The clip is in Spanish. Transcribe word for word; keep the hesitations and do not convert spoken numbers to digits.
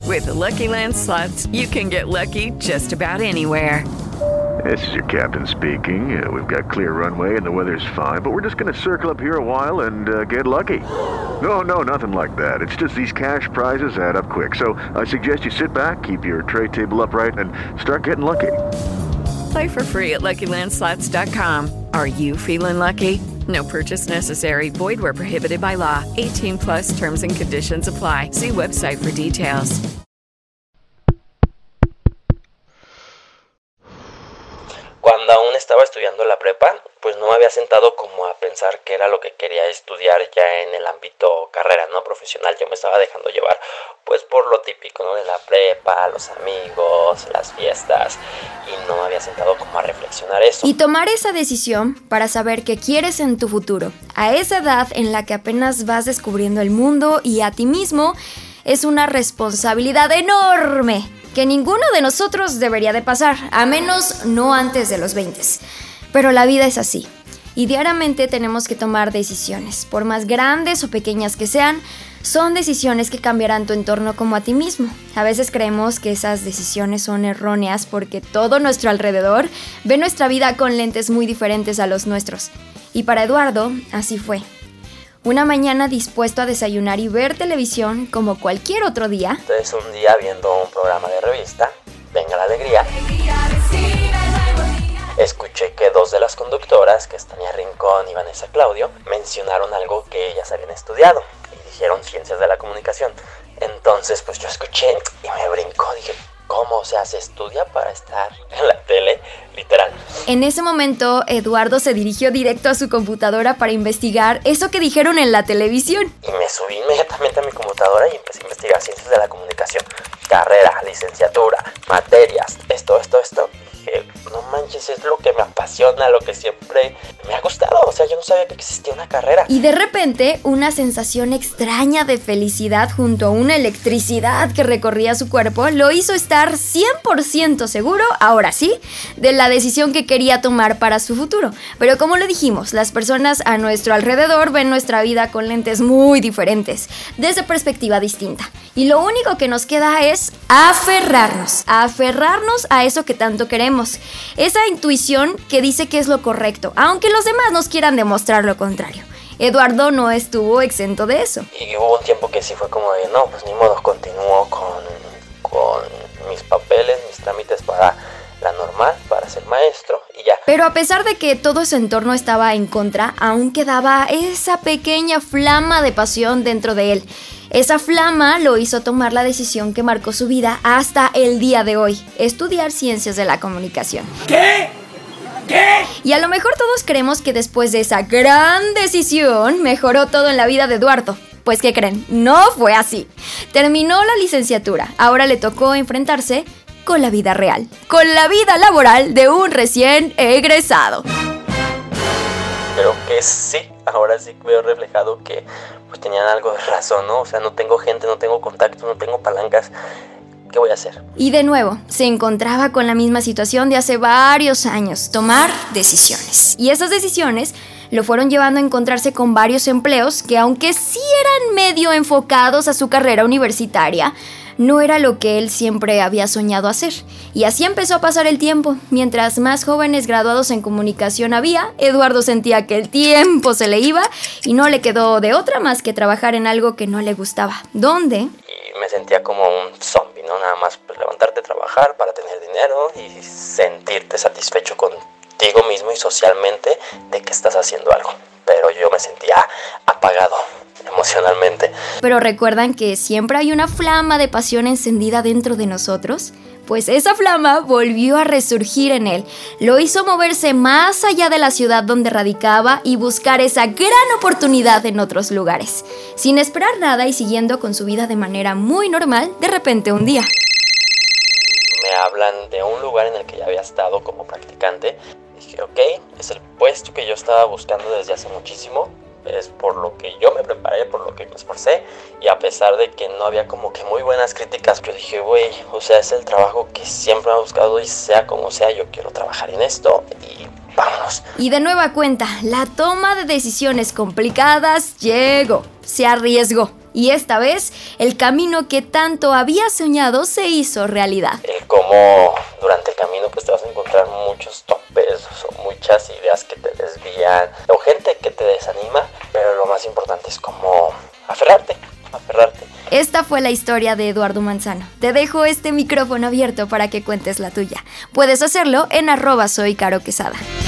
With the Lucky Land Slots, you can get lucky just about anywhere. This is your captain speaking. Uh, we've got clear runway and the weather's fine, but we're just going to circle up here a while and uh, get lucky. No, no, nothing like that. It's just these cash prizes add up quick. So I suggest you sit back, keep your tray table upright, and start getting lucky. Play for free at Lucky Land Slots dot com. Are you feeling lucky? No purchase necessary. Void where prohibited by law. eighteen plus terms and conditions apply. See website for details. Cuando aún estaba estudiando la prepa, pues no me había sentado como a pensar qué era lo que quería estudiar ya en el ámbito carrera, no profesional. Yo me estaba dejando llevar pues por lo típico, ¿no? De la prepa, los amigos, las fiestas, y no me había sentado como a reflexionar eso. Y tomar esa decisión para saber qué quieres en tu futuro, a esa edad en la que apenas vas descubriendo el mundo y a ti mismo, es una responsabilidad enorme que ninguno de nosotros debería de pasar, a menos no antes de los veinte. Pero la vida es así, y diariamente tenemos que tomar decisiones, por más grandes o pequeñas que sean. Son decisiones que cambiarán tu entorno como a ti mismo. A veces creemos que esas decisiones son erróneas porque todo nuestro alrededor ve nuestra vida con lentes muy diferentes a los nuestros. Y para Eduardo, así fue. Una mañana dispuesto a desayunar y ver televisión como cualquier otro día. Entonces un día viendo un programa de revista, Venga la Alegría, escuché que dos de las conductoras, que es Tania Rincón y Vanessa Claudio, mencionaron algo que ellas habían estudiado y dijeron ciencias de la comunicación. Entonces pues yo escuché y me brincó, dije, ¿cómo? O sea, se estudia para estar en la tele, literal. En ese momento, Eduardo se dirigió directo a su computadora para investigar eso que dijeron en la televisión. Y me subí inmediatamente a mi computadora y empecé a investigar ciencias de la comunicación, carrera, licenciatura, materias, esto, esto, esto. Y dije, no manches, es lo que me apasiona, lo que siempre me ha gustado. O sea, yo no sabía que existía una carrera. Y de repente, una sensación extraña de felicidad junto a una electricidad que recorría su cuerpo lo hizo estar cien por ciento seguro, ahora sí, de la decisión que quería tomar para su futuro. Pero como lo dijimos, las personas a nuestro alrededor ven nuestra vida con lentes muy diferentes, desde perspectiva distinta. Y lo único que nos queda es aferrarnos, aferrarnos a eso que tanto queremos. Esa intuición que dice que es lo correcto, aunque los demás nos quieran demostrar lo contrario. Eduardo no estuvo exento de eso. Y hubo un tiempo que sí fue como de, no, pues ni modo, continúo con, con mis papeles, mis trámites para la normal, para ser maestro y ya. Pero a pesar de que todo ese entorno estaba en contra, aún quedaba esa pequeña flama de pasión dentro de él. Esa flama lo hizo tomar la decisión que marcó su vida hasta el día de hoy: estudiar ciencias de la comunicación. ¿Qué? ¿Qué? Y a lo mejor todos creemos que después de esa gran decisión mejoró todo en la vida de Eduardo. Pues ¿qué creen? No fue así. Terminó la licenciatura, ahora le tocó enfrentarse con la vida real, con la vida laboral de un recién egresado. Pero que sí, ahora sí veo reflejado que pues tenían algo de razón, ¿no? O sea, no tengo gente, no tengo contacto, no tengo palancas. ¿Qué voy a hacer? Y de nuevo, se encontraba con la misma situación de hace varios años: tomar decisiones. Y esas decisiones lo fueron llevando a encontrarse con varios empleos que, aunque sí eran medio enfocados a su carrera universitaria, no era lo que él siempre había soñado hacer. Y así empezó a pasar el tiempo. Mientras más jóvenes graduados en comunicación había, Eduardo sentía que el tiempo se le iba y no le quedó de otra más que trabajar en algo que no le gustaba. ¿Dónde? Y me sentía como un zombie, ¿no? Nada más pues, levantarte a trabajar para tener dinero y sentirte satisfecho contigo mismo y socialmente de que estás haciendo algo. Pero yo me sentía apagado emocionalmente. Pero ¿recuerdan que siempre hay una flama de pasión encendida dentro de nosotros? Pues esa flama volvió a resurgir en él. Lo hizo moverse más allá de la ciudad donde radicaba y buscar esa gran oportunidad en otros lugares. Sin esperar nada y siguiendo con su vida de manera muy normal, de repente un día me hablan de un lugar en el que ya había estado como practicante. Dije, ok, es el puesto que yo estaba buscando desde hace muchísimo. Es por lo que yo me preparé, por lo que me esforcé. Y a pesar de que no había como que muy buenas críticas, yo dije, güey, o sea, es el trabajo que siempre me he buscado. Y sea como sea, yo quiero trabajar en esto y vámonos. Y de nueva cuenta, la toma de decisiones complicadas llegó. Se arriesgó. Y esta vez, el camino que tanto había soñado se hizo realidad. El cómo durante el camino pues te vas a encontrar muchos topes o muchas ideas que te desvían o gente que te desanima, pero lo más importante es como aferrarte, aferrarte. Esta fue la historia de Eduardo Manzano. Te dejo este micrófono abierto para que cuentes la tuya. Puedes hacerlo en arroba soy Caro Quesada.